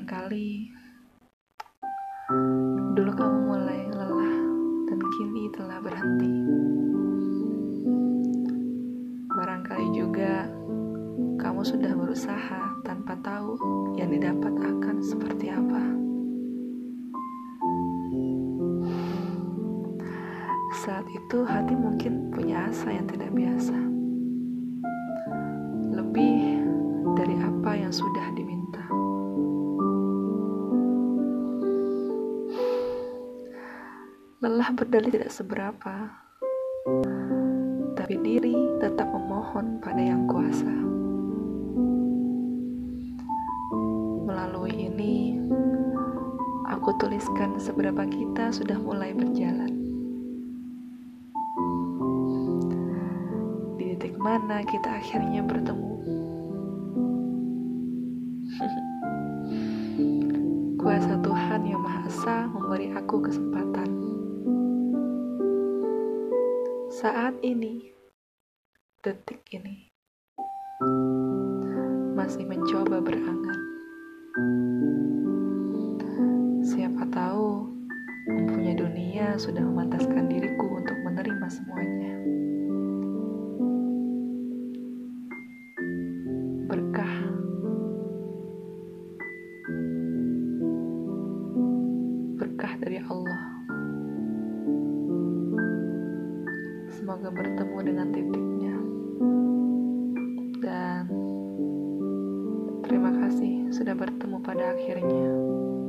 Barangkali dulu kamu mulai lelah dan kini telah berhenti. Barangkali juga kamu sudah berusaha tanpa tahu yang didapat akan seperti apa. Saat itu hati mungkin punya asa yang tidak biasa, lebih dari apa yang sudah diminta. Lelah berdalih tidak seberapa, tapi diri tetap memohon pada Yang Kuasa. Melalui ini, aku tuliskan seberapa kita sudah mulai berjalan. Di titik mana kita akhirnya bertemu. Kuasa Tuhan Yang Maha Esa memberi aku kesempatan. Saat ini, detik ini, masih mencoba berangan. Siapa tahu, empunya dunia sudah memantaskan diriku untuk menerima semuanya. Berkah. Berkah dari Allah. Semoga bertemu dengan titiknya. Dan terima kasih sudah bertemu pada akhirnya.